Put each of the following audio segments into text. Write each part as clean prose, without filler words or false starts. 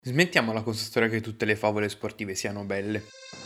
Smettiamola con questa storia che tutte le favole sportive siano belle.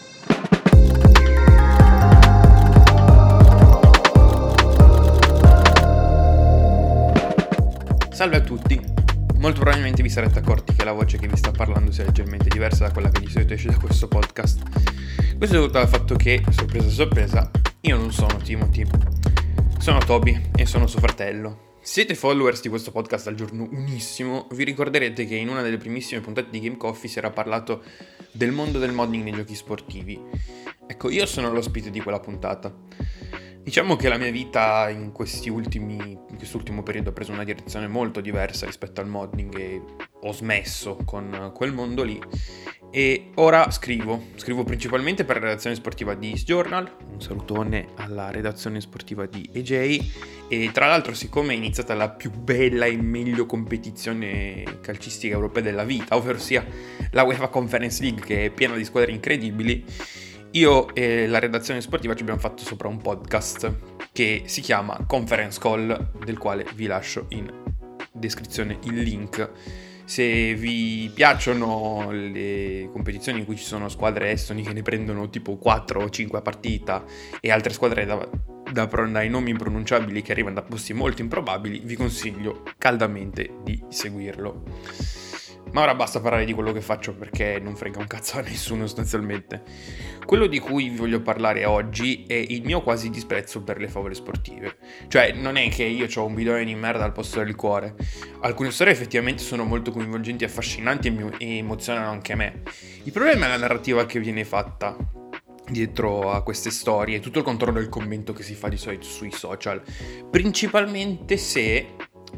Salve a tutti! Molto probabilmente vi sarete accorti che la voce che vi sta parlando sia leggermente diversa da quella che di solito esce da questo podcast. Questo è dovuto al fatto che, sorpresa sorpresa, io non sono Timothy. Sono Toby e sono suo fratello. Se siete followers di questo podcast al giorno unissimo, vi ricorderete che in una delle primissime puntate di Game Coffee si era parlato del mondo del modding nei giochi sportivi. Ecco, io sono l'ospite di quella puntata. Diciamo che la mia vita in quest'ultimo periodo ha preso una direzione molto diversa rispetto al modding e ho smesso con quel mondo lì. E ora scrivo principalmente per la redazione sportiva di East Journal, un salutone alla redazione sportiva di EJ, e tra l'altro siccome è iniziata la più bella e meglio competizione calcistica europea della vita, ovvero sia la UEFA Conference League, che è piena di squadre incredibili, io e la redazione sportiva ci abbiamo fatto sopra un podcast che si chiama Conference Call, del quale vi lascio in descrizione il link. Se vi piacciono le competizioni in cui ci sono squadre estoni che ne prendono tipo 4 o 5 a partita e altre squadre dai nomi impronunciabili che arrivano da posti molto improbabili, vi consiglio caldamente di seguirlo. Ma ora basta parlare di quello che faccio perché non frega un cazzo a nessuno sostanzialmente. Quello di cui vi voglio parlare oggi è il mio quasi disprezzo per le favole sportive. Cioè, non è che io ho un bidone di merda al posto del cuore. Alcune storie effettivamente sono molto coinvolgenti e affascinanti e emozionano anche me. Il problema è la narrativa che viene fatta dietro a queste storie, tutto il controllo del commento che si fa di solito sui social, principalmente se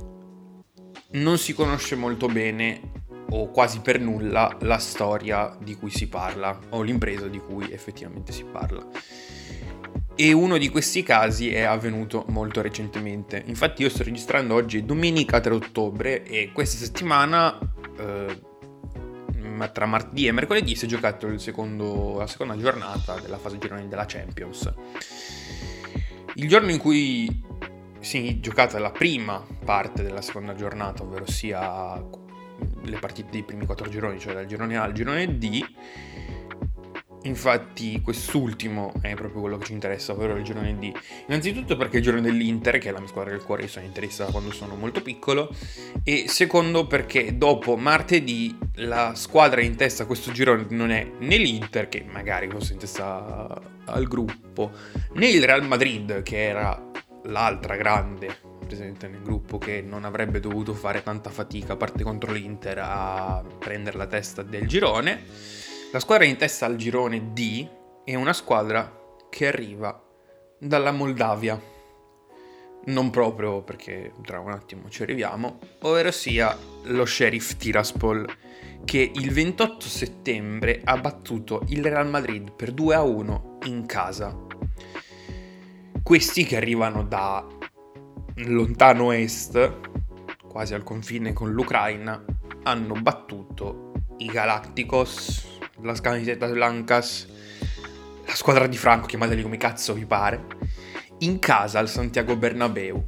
non si conosce molto bene o quasi per nulla la storia di cui si parla o l'impresa di cui effettivamente si parla. E uno di questi casi è avvenuto molto recentemente. Infatti io sto registrando oggi domenica 3 ottobre e questa settimana tra martedì e mercoledì si è giocato la seconda giornata della fase gironi della Champions. Il giorno in cui si è giocata la prima parte della seconda giornata, ovvero sia le partite dei primi 4 gironi, cioè dal girone A al girone D. Infatti quest'ultimo è proprio quello che ci interessa, ovvero il girone D. Innanzitutto perché il girone dell'Inter, che è la mia squadra del cuore, io sono interista da quando sono molto piccolo, e secondo perché dopo martedì la squadra in testa a questo girone non è né l'Inter, che magari fosse in testa al gruppo, né il Real Madrid, che era l'altra grande presente nel gruppo, che non avrebbe dovuto fare tanta fatica, a parte contro l'Inter, a prendere la testa del girone. La squadra in testa al girone D è una squadra che arriva dalla Moldavia, non proprio, perché tra un attimo ci arriviamo, ovvero sia lo Sheriff Tiraspol, che il 28 settembre ha battuto il Real Madrid per 2-1 in casa. Questi che arrivano da lontano est, quasi al confine con l'Ucraina, hanno battuto i Galacticos, las Camisetas Blancas, la squadra di Franco, chiamateli come cazzo vi pare, in casa al Santiago Bernabéu.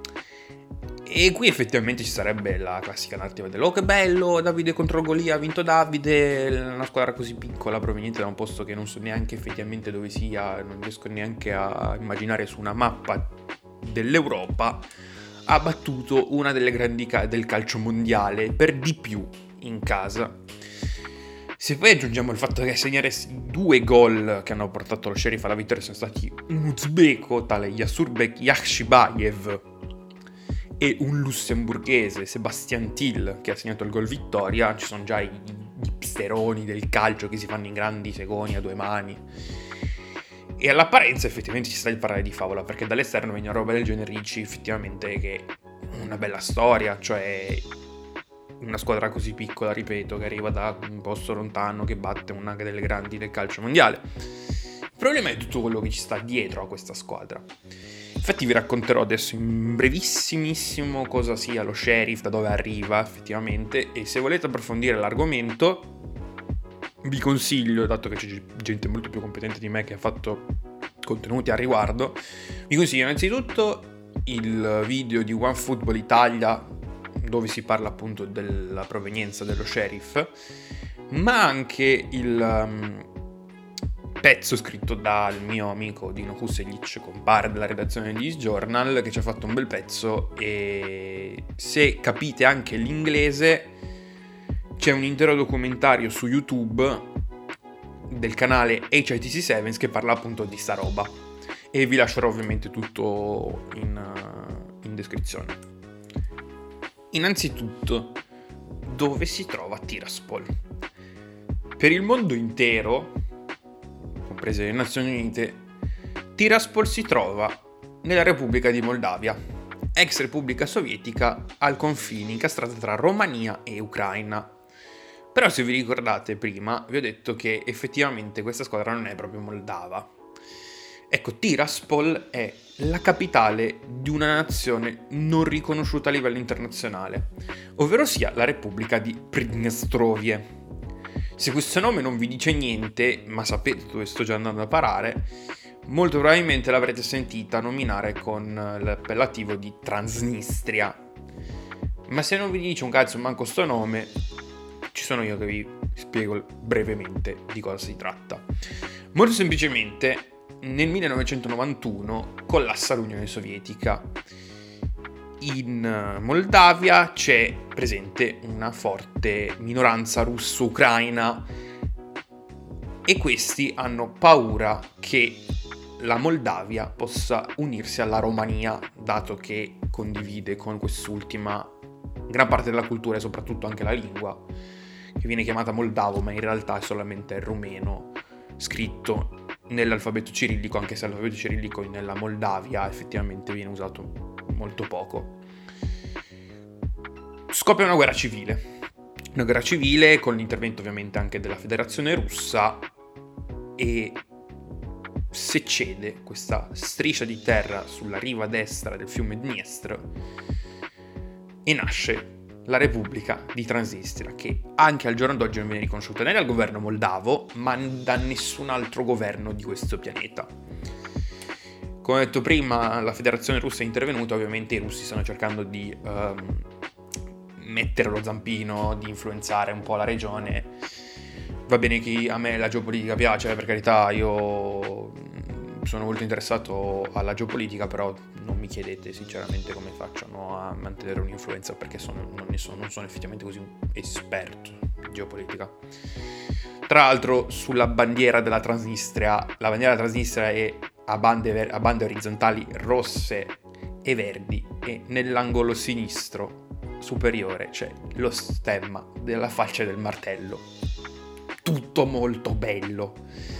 E qui effettivamente ci sarebbe la classica narrativa oh che bello, Davide contro Golia, ha vinto Davide, una squadra così piccola proveniente da un posto che non so neanche effettivamente dove sia, non riesco neanche a immaginare su una mappa dell'Europa, ha battuto una delle grandi del calcio mondiale, per di più in casa. Se poi aggiungiamo il fatto che a segnare 2 gol che hanno portato lo Sheriff alla vittoria sono stati un uzbeko tale Yasurbek Yakhshibayev e un lussemburghese, Sebastian Till, che ha segnato il gol vittoria, ci sono già gli psteroni del calcio che si fanno in grandi segoni a 2 mani. E all'apparenza effettivamente ci sta il parlare di favola, perché dall'esterno viene una roba del genere, dici effettivamente che è una bella storia, cioè una squadra così piccola, ripeto, che arriva da un posto lontano, che batte una delle grandi del calcio mondiale. Il problema è tutto quello che ci sta dietro a questa squadra. Infatti vi racconterò adesso in brevissimissimo cosa sia lo Sheriff, da dove arriva effettivamente, e se volete approfondire l'argomento vi consiglio, dato che c'è gente molto più competente di me che ha fatto contenuti a riguardo, vi consiglio innanzitutto il video di OneFootball Italia dove si parla appunto della provenienza dello sheriff, ma anche il pezzo scritto dal mio amico Dino Kuselic, compare della redazione di Journal, che ci ha fatto un bel pezzo, e se capite anche l'inglese c'è un intero documentario su YouTube del canale HITC Sevens che parla appunto di sta roba, e vi lascerò ovviamente tutto in descrizione. Innanzitutto, dove si trova Tiraspol? Per il mondo intero, comprese le Nazioni Unite, Tiraspol si trova nella Repubblica di Moldavia, ex Repubblica Sovietica, al confine incastrata tra Romania e Ucraina. Però se vi ricordate prima, vi ho detto che effettivamente questa squadra non è proprio moldava. Ecco, Tiraspol è la capitale di una nazione non riconosciuta a livello internazionale, ovvero sia la Repubblica di Pridnestrovie. Se questo nome non vi dice niente, ma sapete dove sto già andando a parare, molto probabilmente l'avrete sentita nominare con l'appellativo di Transnistria. Ma se non vi dice un cazzo manco sto nome, ci sono io che vi spiego brevemente di cosa si tratta. Molto semplicemente, nel 1991 collassa l'Unione Sovietica. In Moldavia c'è presente una forte minoranza russo-ucraina e questi hanno paura che la Moldavia possa unirsi alla Romania, dato che condivide con quest'ultima gran parte della cultura e soprattutto anche la lingua, che viene chiamata moldavo, ma in realtà è solamente il rumeno scritto nell'alfabeto cirillico, anche se l'alfabeto cirillico nella Moldavia effettivamente viene usato molto poco. Scoppia una guerra civile con l'intervento ovviamente anche della Federazione Russa, e se cede questa striscia di terra sulla riva destra del fiume Dniestr e nasce la Repubblica di Transnistria, che anche al giorno d'oggi non viene riconosciuta né dal governo moldavo, ma da nessun altro governo di questo pianeta. Come ho detto prima, la Federazione Russa è intervenuta, ovviamente i russi stanno cercando di mettere lo zampino, di influenzare un po' la regione. Va bene che a me la geopolitica piace, per carità, io sono molto interessato alla geopolitica, però non mi chiedete sinceramente come facciano a mantenere un'influenza, perché non sono effettivamente così un esperto in geopolitica. Tra l'altro, sulla bandiera della Transnistria, la bandiera della Transnistria è a bande orizzontali rosse e verdi, e nell'angolo sinistro superiore c'è lo stemma della falce del martello. Tutto molto bello.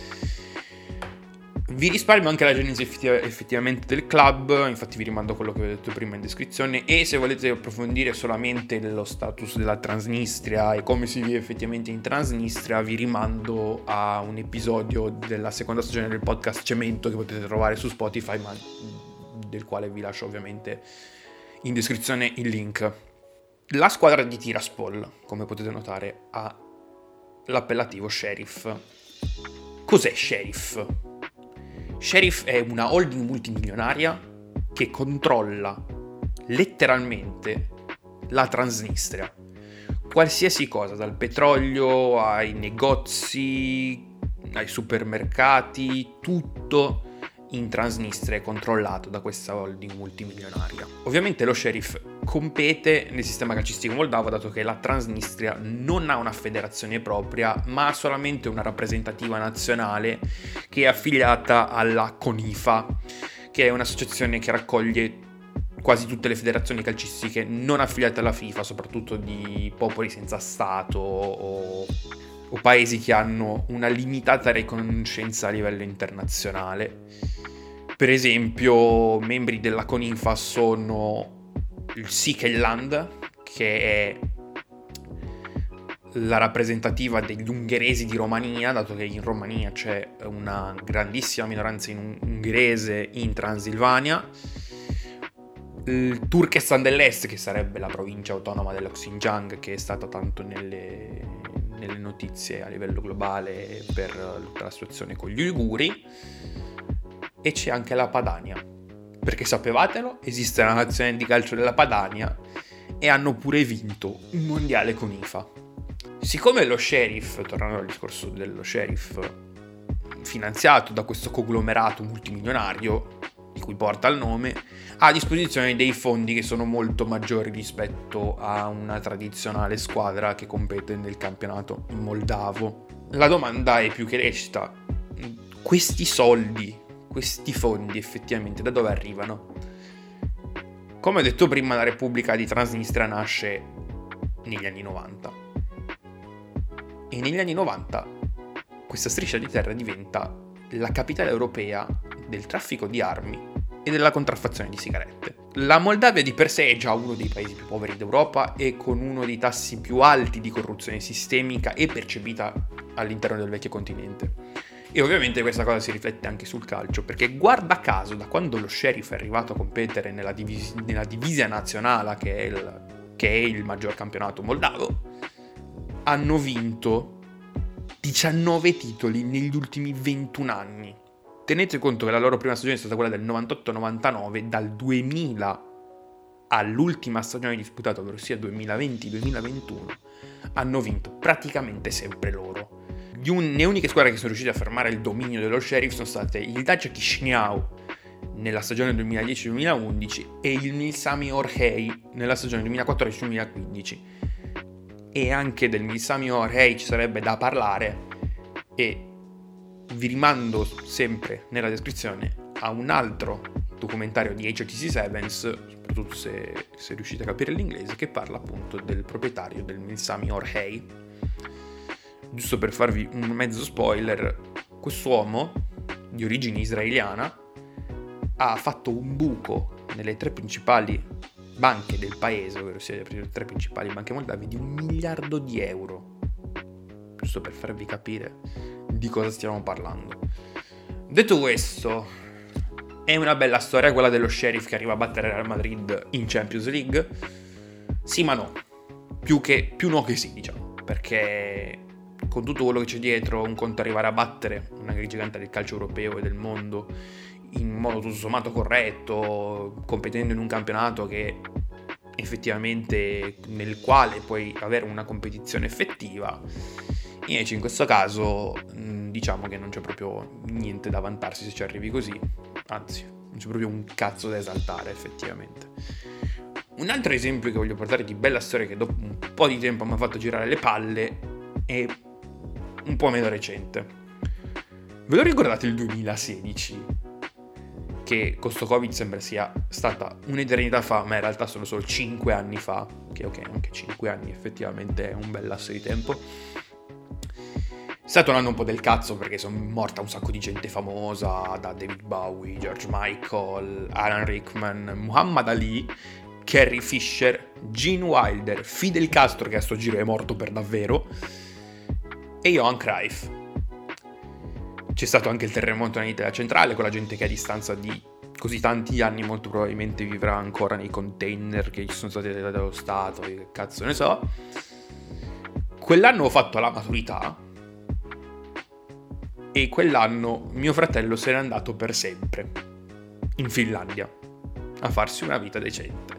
Vi risparmio anche la genesi effettivamente del club, infatti vi rimando a quello che vi ho detto prima in descrizione, e se volete approfondire solamente lo status della Transnistria e come si vive effettivamente in Transnistria, vi rimando a un episodio della seconda stagione del podcast Cemento che potete trovare su Spotify, ma del quale vi lascio ovviamente in descrizione il link. La squadra di Tiraspol, come potete notare, ha l'appellativo Sheriff. Cos'è Sheriff? Sheriff è una holding multimilionaria che controlla letteralmente la Transnistria. Qualsiasi cosa, dal petrolio ai negozi, ai supermercati, tutto in Transnistria è controllato da questa holding multimilionaria. Ovviamente lo Sheriff compete nel sistema calcistico moldavo, dato che la Transnistria non ha una federazione propria, ma ha solamente una rappresentativa nazionale che è affiliata alla CONIFA, che è un'associazione che raccoglie quasi tutte le federazioni calcistiche non affiliate alla FIFA, soprattutto di popoli senza stato o paesi che hanno una limitata riconoscenza a livello internazionale. Per esempio, membri della CONIFA sono il Sikheland, che è la rappresentativa degli ungheresi di Romania, dato che in Romania c'è una grandissima minoranza in ungherese in Transilvania, il Turkestan dell'Est, che sarebbe la provincia autonoma dello Xinjiang, che è stata tanto nelle notizie a livello globale per tutta la situazione con gli uiguri, e c'è anche la Padania, perché sapevatelo, esiste una nazione di calcio della Padania e hanno pure vinto un mondiale con IFA. Siccome lo Sheriff, tornando al discorso dello Sheriff, finanziato da questo conglomerato multimilionario di cui porta il nome, ha a disposizione dei fondi che sono molto maggiori rispetto a una tradizionale squadra che compete nel campionato moldavo. La domanda è più che lecita: questi soldi, questi fondi effettivamente da dove arrivano? Come ho detto prima, la Repubblica di Transnistria nasce negli anni 90 e negli anni 90 questa striscia di terra diventa la capitale europea del traffico di armi e della contraffazione di sigarette. La Moldavia di per sé è già uno dei paesi più poveri d'Europa e con uno dei tassi più alti di corruzione sistemica e percepita all'interno del vecchio continente. E ovviamente questa cosa si riflette anche sul calcio, perché guarda caso, da quando lo Sheriff è arrivato a competere nella divisa nazionale, che è il maggior campionato moldavo, hanno vinto 19 titoli negli ultimi 21 anni. Tenete conto che la loro prima stagione è stata quella del 98-99, dal 2000 all'ultima stagione disputata, ovvero sia 2020-2021, hanno vinto praticamente sempre loro. Le uniche squadre che sono riuscite a fermare il dominio dello Sheriff sono state il Dacia Chisinau nella stagione 2010-2011 e il Milsami Orhei nella stagione 2014-2015. E anche del Milsami Orhei ci sarebbe da parlare, e vi rimando sempre nella descrizione a un altro documentario di HRTC Sevens, soprattutto se riuscite a capire l'inglese, che parla appunto del proprietario del Milsami Orhei. Giusto per farvi un mezzo spoiler, quest'uomo di origine israeliana ha fatto un buco nelle 3 principali banche del paese, ovvero sia le 3 principali banche moldave, di 1 miliardo di euro. Giusto per farvi capire di cosa stiamo parlando. Detto questo, è una bella storia quella dello Sheriff che arriva a battere Real Madrid in Champions League? Sì ma no, più no che sì, diciamo, perché con tutto quello che c'è dietro, un conto arrivare a battere una gigante del calcio europeo e del mondo in modo tutto sommato corretto, competendo in un campionato che effettivamente nel quale puoi avere una competizione effettiva. Invece in questo caso diciamo che non c'è proprio niente da vantarsi se ci arrivi così, anzi non c'è proprio un cazzo da esaltare effettivamente. Un altro esempio che voglio portare di bella storia che dopo un po' di tempo mi ha fatto girare le palle è un po' meno recente. Ve lo ricordate il 2016? Che con sto Covid sembra sia stata un'eternità fa, ma in realtà sono solo 5 anni fa, che ok, anche 5 anni effettivamente è un bel lasso di tempo. È stato un anno un po' del cazzo perché sono morta un sacco di gente famosa, da David Bowie, George Michael, Alan Rickman, Muhammad Ali, Carrie Fisher, Gene Wilder, Fidel Castro, che a sto giro è morto per davvero, e Johan Cruyff. C'è stato anche il terremoto nell'Italia centrale, con la gente che a distanza di così tanti anni molto probabilmente vivrà ancora nei container che ci sono stati dati dallo Stato, che cazzo ne so. Quell'anno ho fatto la maturità e quell'anno mio fratello se n'è andato per sempre in Finlandia a farsi una vita decente.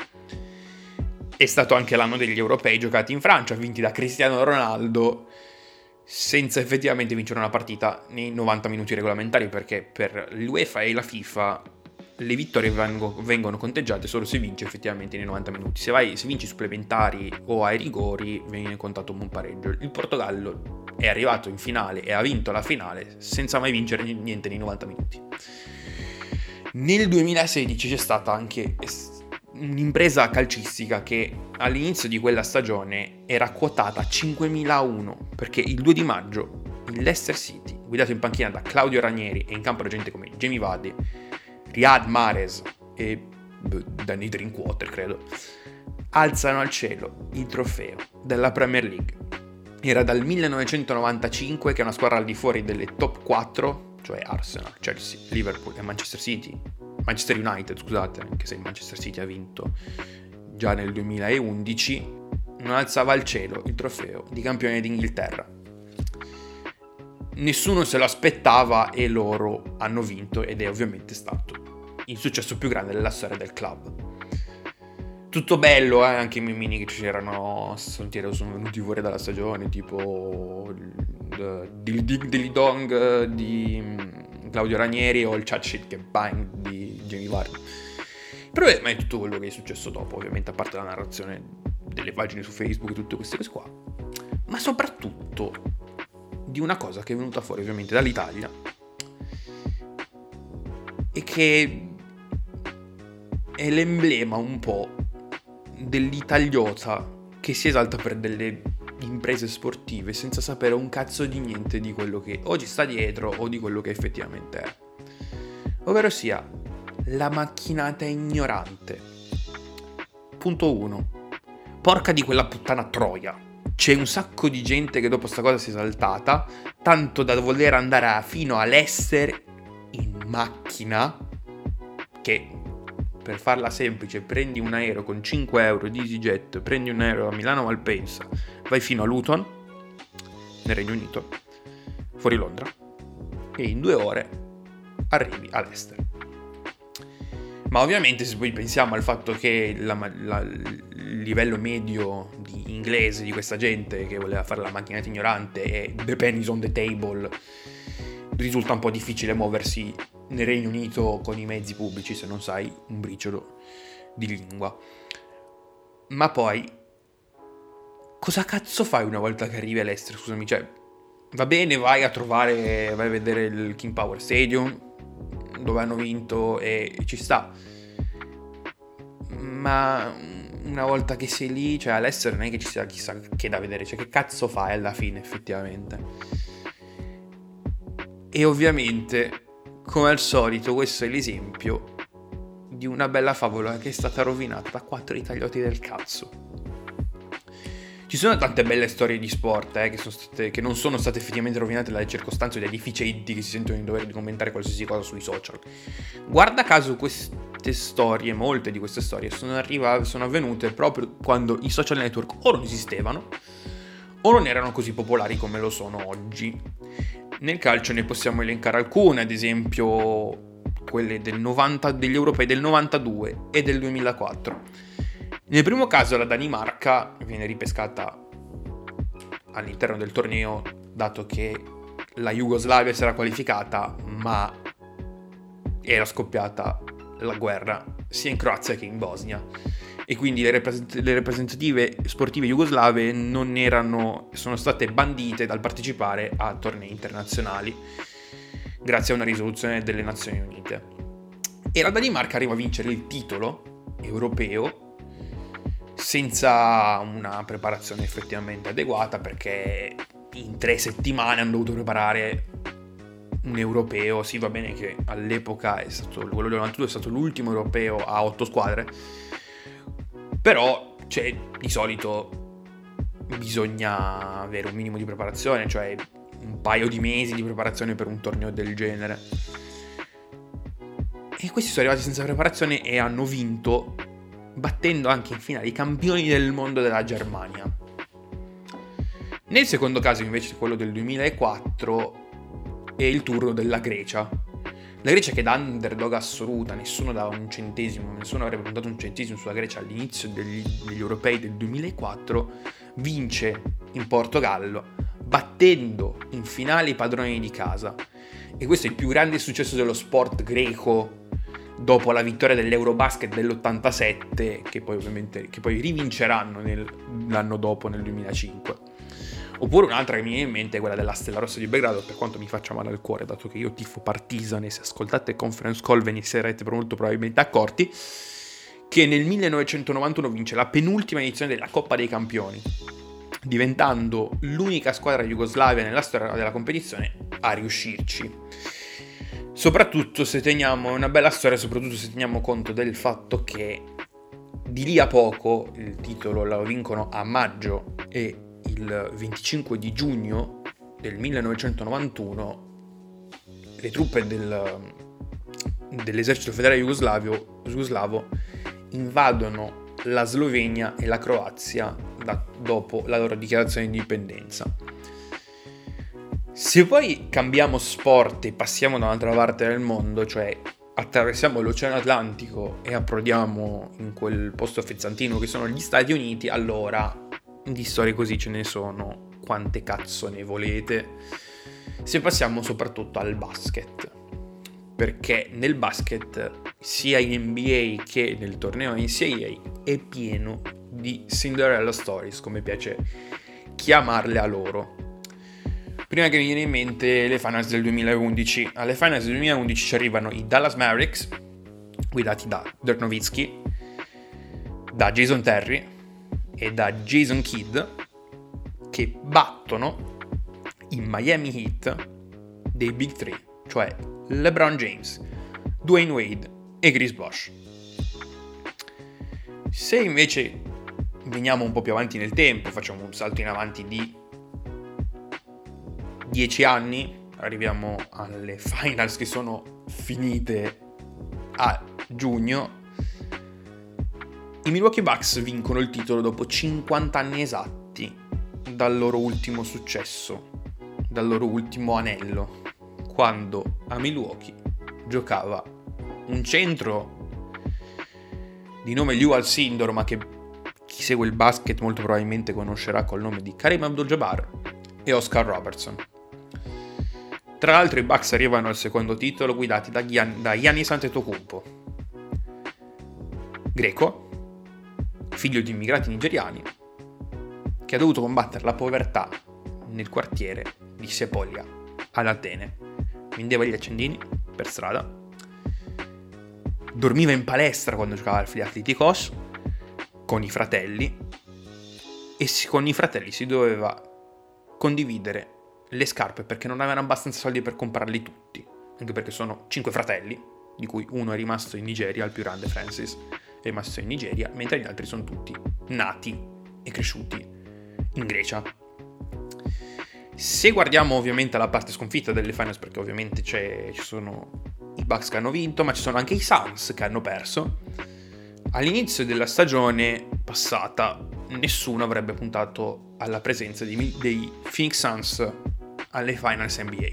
È stato anche l'anno degli europei giocati in Francia, vinti da Cristiano Ronaldo, senza effettivamente vincere una partita nei 90 minuti regolamentari, perché per l'UEFA e la FIFA le vittorie vengono conteggiate solo se vinci effettivamente nei 90 minuti. Se vinci supplementari o ai rigori viene contato come un pareggio. Il Portogallo è arrivato in finale e ha vinto la finale senza mai vincere niente nei 90 minuti. Nel 2016 c'è stata anche un'impresa calcistica che all'inizio di quella stagione era quotata a 5.001, perché il 2 di maggio il Leicester City, guidato in panchina da Claudio Ranieri e in campo da gente come Jamie Vardy, Riyad Mahrez e Danny Drinkwater, credo, alzano al cielo il trofeo della Premier League. Era dal 1995 che una squadra al di fuori delle top 4, cioè Arsenal, Chelsea, Liverpool e Manchester United, scusate, anche se il Manchester City ha vinto già nel 2011, non alzava al cielo il trofeo di campione d'Inghilterra. Nessuno se lo aspettava e loro hanno vinto, ed è ovviamente stato il successo più grande della storia del club. Tutto bello, anche i memini che c'erano, sono venuti fuori dalla stagione, tipo Dilly Dong di Claudio Ranieri o il Chat Shit che Bang di Jamie Vardy. Il problema è tutto quello che è successo dopo, ovviamente, a parte la narrazione delle pagine su Facebook e tutte queste cose qua, ma soprattutto di una cosa che è venuta fuori ovviamente dall'Italia e che è l'emblema un po' dell'italiota che si esalta per delle imprese sportive senza sapere un cazzo di niente di quello che o ci sta dietro o di quello che effettivamente è, ovvero sia la macchinata ignorante. Punto 1. Porca di quella puttana troia, c'è un sacco di gente che dopo sta cosa si è esaltata tanto da voler andare fino all'Ester in macchina, che per farla semplice, prendi un aereo con 5 euro di EasyJet, prendi un aereo a Milano Malpensa, vai fino a Luton, nel Regno Unito, fuori Londra, e in 2 ore arrivi all'Ester. Ma ovviamente se poi pensiamo al fatto che il livello medio di inglese di questa gente che voleva fare la macchinetta ignorante e the pen is on the table, risulta un po' difficile muoversi nel Regno Unito con i mezzi pubblici se non sai un briciolo di lingua. Ma poi cosa cazzo fai una volta che arrivi all'estero? Scusami, cioè, va bene, vai a vedere il King Power Stadium dove hanno vinto e ci sta, ma una volta che sei lì, cioè all'estero non è che ci sia chissà che da vedere, cioè che cazzo fai alla fine effettivamente? E ovviamente, come al solito, questo è l'esempio di una bella favola che è stata rovinata da 4 italioti del cazzo. Ci sono tante belle storie di sport che non sono state effettivamente rovinate dalle circostanze o dai deficienti che si sentono in dovere di commentare qualsiasi cosa sui social. Guarda caso queste storie, molte di queste storie, sono avvenute proprio quando i social network o non esistevano o non erano così popolari come lo sono oggi. Nel calcio ne possiamo elencare alcune, ad esempio quelle degli europei del 92 e del 2004. Nel primo caso la Danimarca viene ripescata all'interno del torneo, dato che la Jugoslavia si era qualificata, ma era scoppiata la guerra sia in Croazia che in Bosnia. E quindi le rappresentative sportive jugoslave sono state bandite dal partecipare a tornei internazionali grazie a una risoluzione delle Nazioni Unite. E la Danimarca arriva a vincere il titolo europeo senza una preparazione effettivamente adeguata, perché in 3 settimane hanno dovuto preparare un europeo. Sì, va bene che all'epoca quello del 92 è stato l'ultimo europeo a 8 squadre, però, di solito bisogna avere un minimo di preparazione, cioè un paio di mesi di preparazione per un torneo del genere. E questi sono arrivati senza preparazione e hanno vinto, battendo anche in finale i campioni del mondo della Germania. Nel secondo caso, invece, quello del 2004, è il turno della Grecia. La Grecia, che da underdog assoluta, nessuno dava un centesimo, nessuno avrebbe puntato un centesimo sulla Grecia all'inizio degli europei del 2004, vince in Portogallo, battendo in finale i padroni di casa. E questo è il più grande successo dello sport greco dopo la vittoria dell'Eurobasket dell'87, che poi rivinceranno l'anno dopo, nel 2005. Oppure un'altra che mi viene in mente è quella della Stella Rossa di Belgrado, per quanto mi faccia male al cuore, dato che io tifo Partizan, e se ascoltate Conference Call ve ne sarete molto probabilmente accorti, che nel 1991 vince la penultima edizione della Coppa dei Campioni, diventando l'unica squadra jugoslava nella storia della competizione a riuscirci. Soprattutto se teniamo una bella storia, soprattutto se teniamo conto del fatto che di lì a poco il titolo lo vincono a maggio e il 25 di giugno del 1991 le truppe dell'esercito federale jugoslavo invadono la Slovenia e la Croazia dopo la loro dichiarazione di indipendenza. Se poi cambiamo sport e passiamo da un'altra parte del mondo, cioè attraversiamo l'Oceano Atlantico e approdiamo in quel posto frizzantino che sono gli Stati Uniti, allora di storie così ce ne sono quante cazzo ne volete. Se passiamo soprattutto al basket, perché nel basket sia in NBA che nel torneo NCAA è pieno di Cinderella Stories, come piace chiamarle a loro. Prima che mi viene in mente le finals del 2011. Alle finals del 2011 ci arrivano i Dallas Mavericks, guidati da Dirk Nowitzki, da Jason Terry e da Jason Kidd, che battono i Miami Heat dei Big Three, cioè LeBron James, Dwayne Wade e Chris Bosh. Se invece veniamo un po' più avanti nel tempo, facciamo un salto in avanti di 10 anni, arriviamo alle finals che sono finite a giugno. I Milwaukee Bucks vincono il titolo dopo 50 anni esatti dal loro ultimo successo, dal loro ultimo anello, quando a Milwaukee giocava un centro di nome Lew Alcindor, ma che chi segue il basket molto probabilmente conoscerà col nome di Kareem Abdul-Jabbar, e Oscar Robertson. Tra l'altro i Bucks arrivano al secondo titolo guidati da Giannis Antetokounmpo, greco, figlio di immigrati nigeriani, che ha dovuto combattere la povertà nel quartiere di Sepolia ad Atene. Vendeva gli accendini per strada, dormiva in palestra quando giocava al Fili Atleticos con i fratelli, e con i fratelli si doveva condividere le scarpe perché non avevano abbastanza soldi per comprarli tutti, anche perché sono 5 fratelli, di cui uno è rimasto in Nigeria, il più grande Francis è rimasto in Nigeria, mentre gli altri sono tutti nati e cresciuti in Grecia. Se guardiamo ovviamente la parte sconfitta delle finals, perché ovviamente ci sono i Bucks che hanno vinto, ma ci sono anche i Suns che hanno perso, all'inizio della stagione passata nessuno avrebbe puntato alla presenza dei Phoenix Suns alle finals NBA,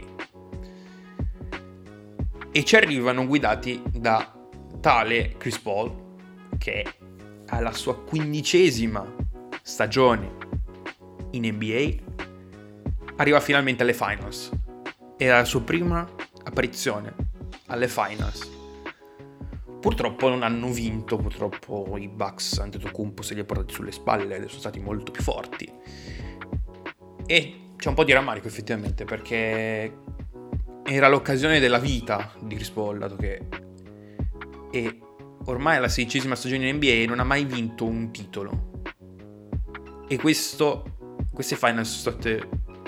e ci arrivano guidati da tale Chris Paul, che alla sua 15ª stagione in NBA arriva finalmente alle finals. Era la sua prima apparizione alle finals. Purtroppo non hanno vinto, purtroppo i Bucks Antetokounmpo se li ha portati sulle spalle ed sono stati molto più forti. E c'è un po' di rammarico effettivamente, perché era l'occasione della vita di Chris Paul, dato che è ormai alla 16ª stagione in NBA e non ha mai vinto un titolo. E queste finals sono state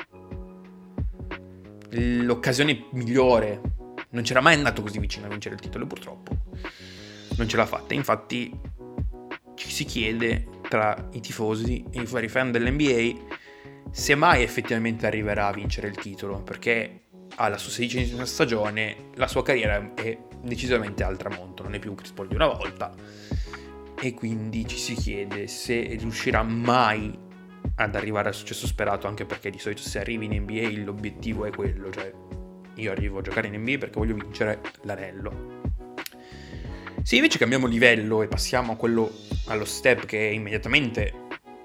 l'occasione migliore. Non c'era mai andato così vicino a vincere il titolo, e purtroppo non ce l'ha fatta. Infatti ci si chiede tra i tifosi e i vari fan dell'NBA se mai effettivamente arriverà a vincere il titolo, perché alla sua 16ª stagione la sua carriera è decisamente al tramonto, non è più un Chris Paul di una volta, e quindi ci si chiede se riuscirà mai ad arrivare al successo sperato, anche perché di solito se arrivi in NBA l'obiettivo è quello, cioè io arrivo a giocare in NBA perché voglio vincere l'anello. Se invece cambiamo livello e passiamo allo step che è immediatamente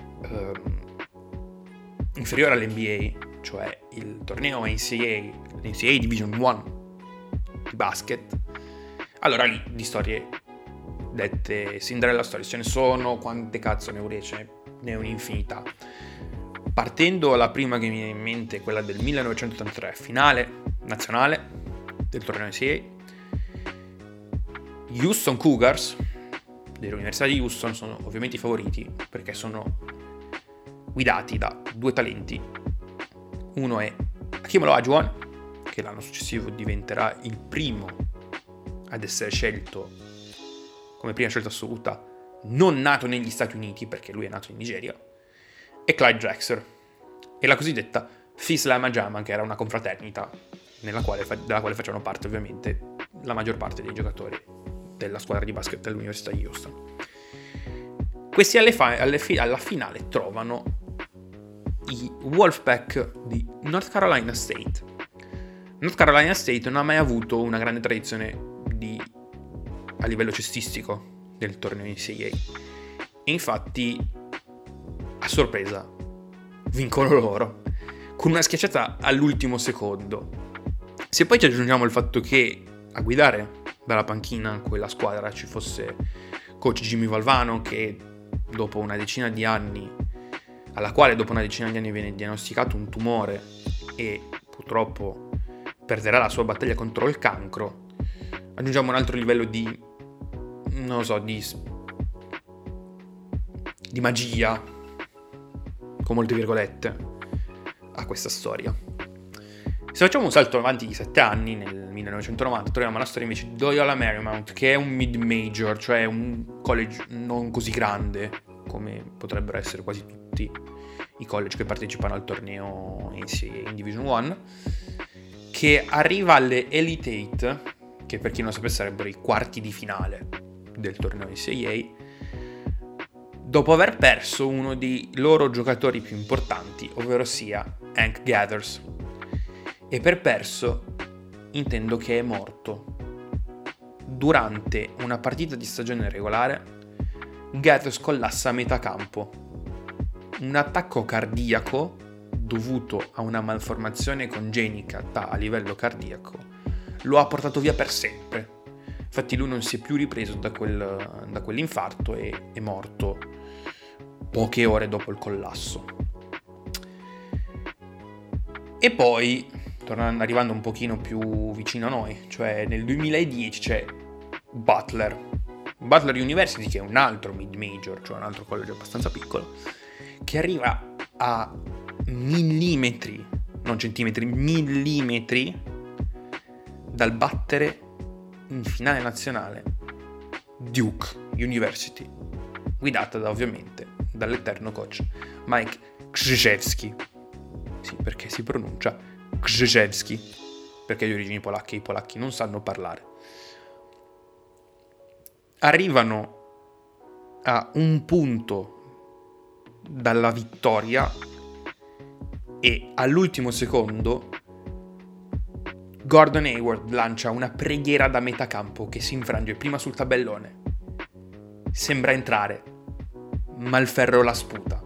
inferiore all'NBA, cioè il torneo NCAA, l'NCAA Division 1 di basket, allora lì di storie dette Cinderella Stories ce ne sono quante cazzo ne volete, ne è un'infinità. Partendo la prima che mi viene in mente è quella del 1983, finale nazionale del torneo NCAA. Houston Cougars dell'Università di Houston sono ovviamente i favoriti, perché sono guidati da due talenti. Uno è Hakeem Olajuwon, che l'anno successivo diventerà il primo ad essere scelto come prima scelta assoluta, non nato negli Stati Uniti, perché lui è nato in Nigeria, e Clyde Drexler, e la cosiddetta Phi Slama Jama, che era una confraternita della quale facevano parte ovviamente la maggior parte dei giocatori della squadra di basket dell'Università di Houston. Questi alla finale trovano i Wolfpack di North Carolina State. North Carolina State non ha mai avuto una grande tradizione di a livello cestistico del torneo NCAA. E infatti, a sorpresa, vincono loro con una schiacciata all'ultimo secondo. Se poi ci aggiungiamo il fatto che a guidare dalla panchina quella squadra ci fosse coach Jimmy Valvano, che dopo una decina di anni viene diagnosticato un tumore e purtroppo perderà la sua battaglia contro il cancro, aggiungiamo un altro livello di magia, con molte virgolette, a questa storia. Se facciamo un salto avanti di 7 anni, nel 1990, troviamo la storia invece di Loyola Marymount, che è un mid-major, cioè un college non così grande come potrebbero essere quasi tutti i college che partecipano al torneo NCAA in Division 1, che arriva alle Elite 8, che per chi non sapesse sarebbero i quarti di finale del torneo NCAA, dopo aver perso uno dei loro giocatori più importanti, ovvero sia Hank Gathers. E per perso intendo che è morto. Durante una partita di stagione regolare, Gathers collassa a metà campo. Un attacco cardiaco dovuto a una malformazione congenica a livello cardiaco lo ha portato via per sempre. Infatti lui non si è più ripreso da quell'infarto e è morto poche ore dopo il collasso. E poi, arrivando un pochino più vicino a noi, cioè nel 2010 c'è Butler University, che è un altro mid-major, cioè un altro college abbastanza piccolo, che arriva a millimetri, non centimetri, millimetri dal battere in finale nazionale Duke University, guidata ovviamente dall'eterno coach Mike Krzyzewski. Sì, perché si pronuncia Krzyzewski, perché è di origini polacche e i polacchi non sanno parlare. Arrivano a un punto dalla vittoria e all'ultimo secondo Gordon Hayward lancia una preghiera da metà campo che si infrange prima sul tabellone. Sembra entrare, ma il ferro la sputa.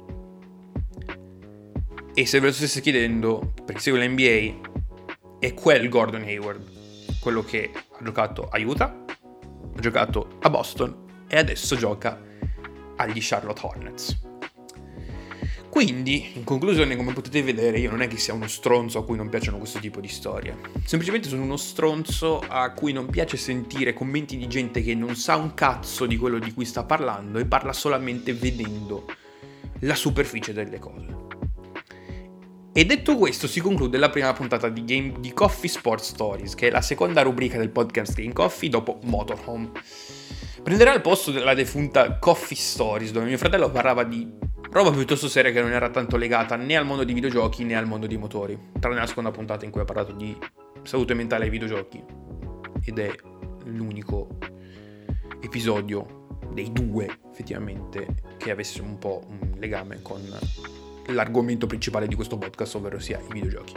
E se ve lo stesse chiedendo, perché segue l'NBA, è quel Gordon Hayward, quello che ha giocato a Utah, ha giocato a Boston e adesso gioca agli Charlotte Hornets. Quindi, in conclusione, come potete vedere, io non è che sia uno stronzo a cui non piacciono questo tipo di storie. Semplicemente sono uno stronzo a cui non piace sentire commenti di gente che non sa un cazzo di quello di cui sta parlando e parla solamente vedendo la superficie delle cose. E detto questo, si conclude la prima puntata di Coffee Sports Stories, che è la seconda rubrica del podcast Game Coffee dopo Motorhome. Prenderà il posto della defunta Coffee Stories, dove mio fratello parlava di roba piuttosto seria che non era tanto legata né al mondo di videogiochi né al mondo di motori, tranne la seconda puntata in cui ha parlato di salute mentale ai videogiochi, ed è l'unico episodio dei due effettivamente che avesse un po' un legame con l'argomento principale di questo podcast, ovvero sia i videogiochi.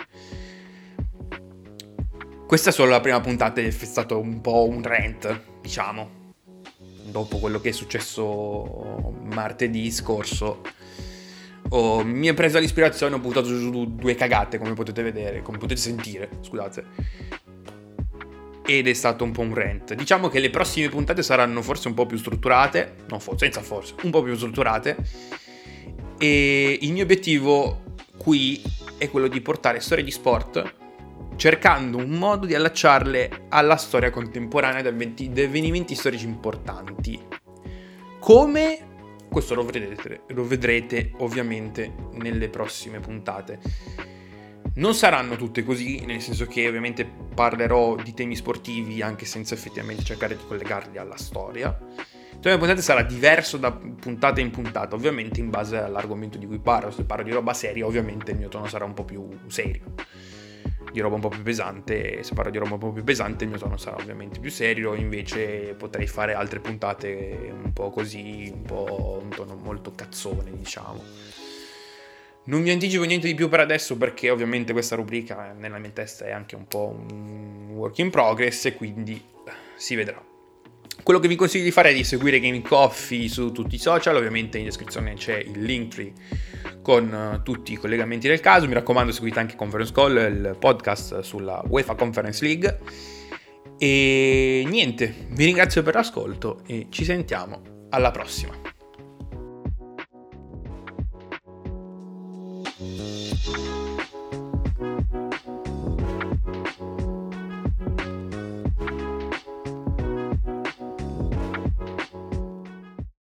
Questa è solo la prima puntata, è stato un po' un rant, diciamo, dopo quello che è successo martedì scorso. Mi è presa l'ispirazione, ho buttato giù due cagate, come potete vedere, come potete sentire, scusate, ed è stato un po' un rant. Diciamo che le prossime puntate saranno forse un po' più strutturate, un po' più strutturate, e il mio obiettivo qui è quello di portare storie di sport, cercando un modo di allacciarle alla storia contemporanea di avvenimenti storici importanti. Come? Questo lo vedrete ovviamente nelle prossime puntate. Non saranno tutte così, nel senso che ovviamente parlerò di temi sportivi anche senza effettivamente cercare di collegarli alla storia. La mia puntata sarà diverso da puntata in puntata, ovviamente in base all'argomento di cui parlo. Se parlo di roba seria, ovviamente il mio tono sarà un po' più serio. Di roba un po' più pesante, se parlo di roba un po' più pesante il mio tono sarà ovviamente più serio, invece potrei fare altre puntate un po' così, un po' un tono molto cazzone, diciamo. Non vi anticipo niente di più per adesso, perché ovviamente questa rubrica nella mia testa è anche un po' un work in progress e quindi si vedrà. Quello che vi consiglio di fare è di seguire Gaming Coffee su tutti i social, ovviamente in descrizione c'è il Linktree con tutti i collegamenti del caso. Mi raccomando, seguite anche Conference Call, il podcast sulla UEFA Conference League. E niente, vi ringrazio per l'ascolto e ci sentiamo alla prossima.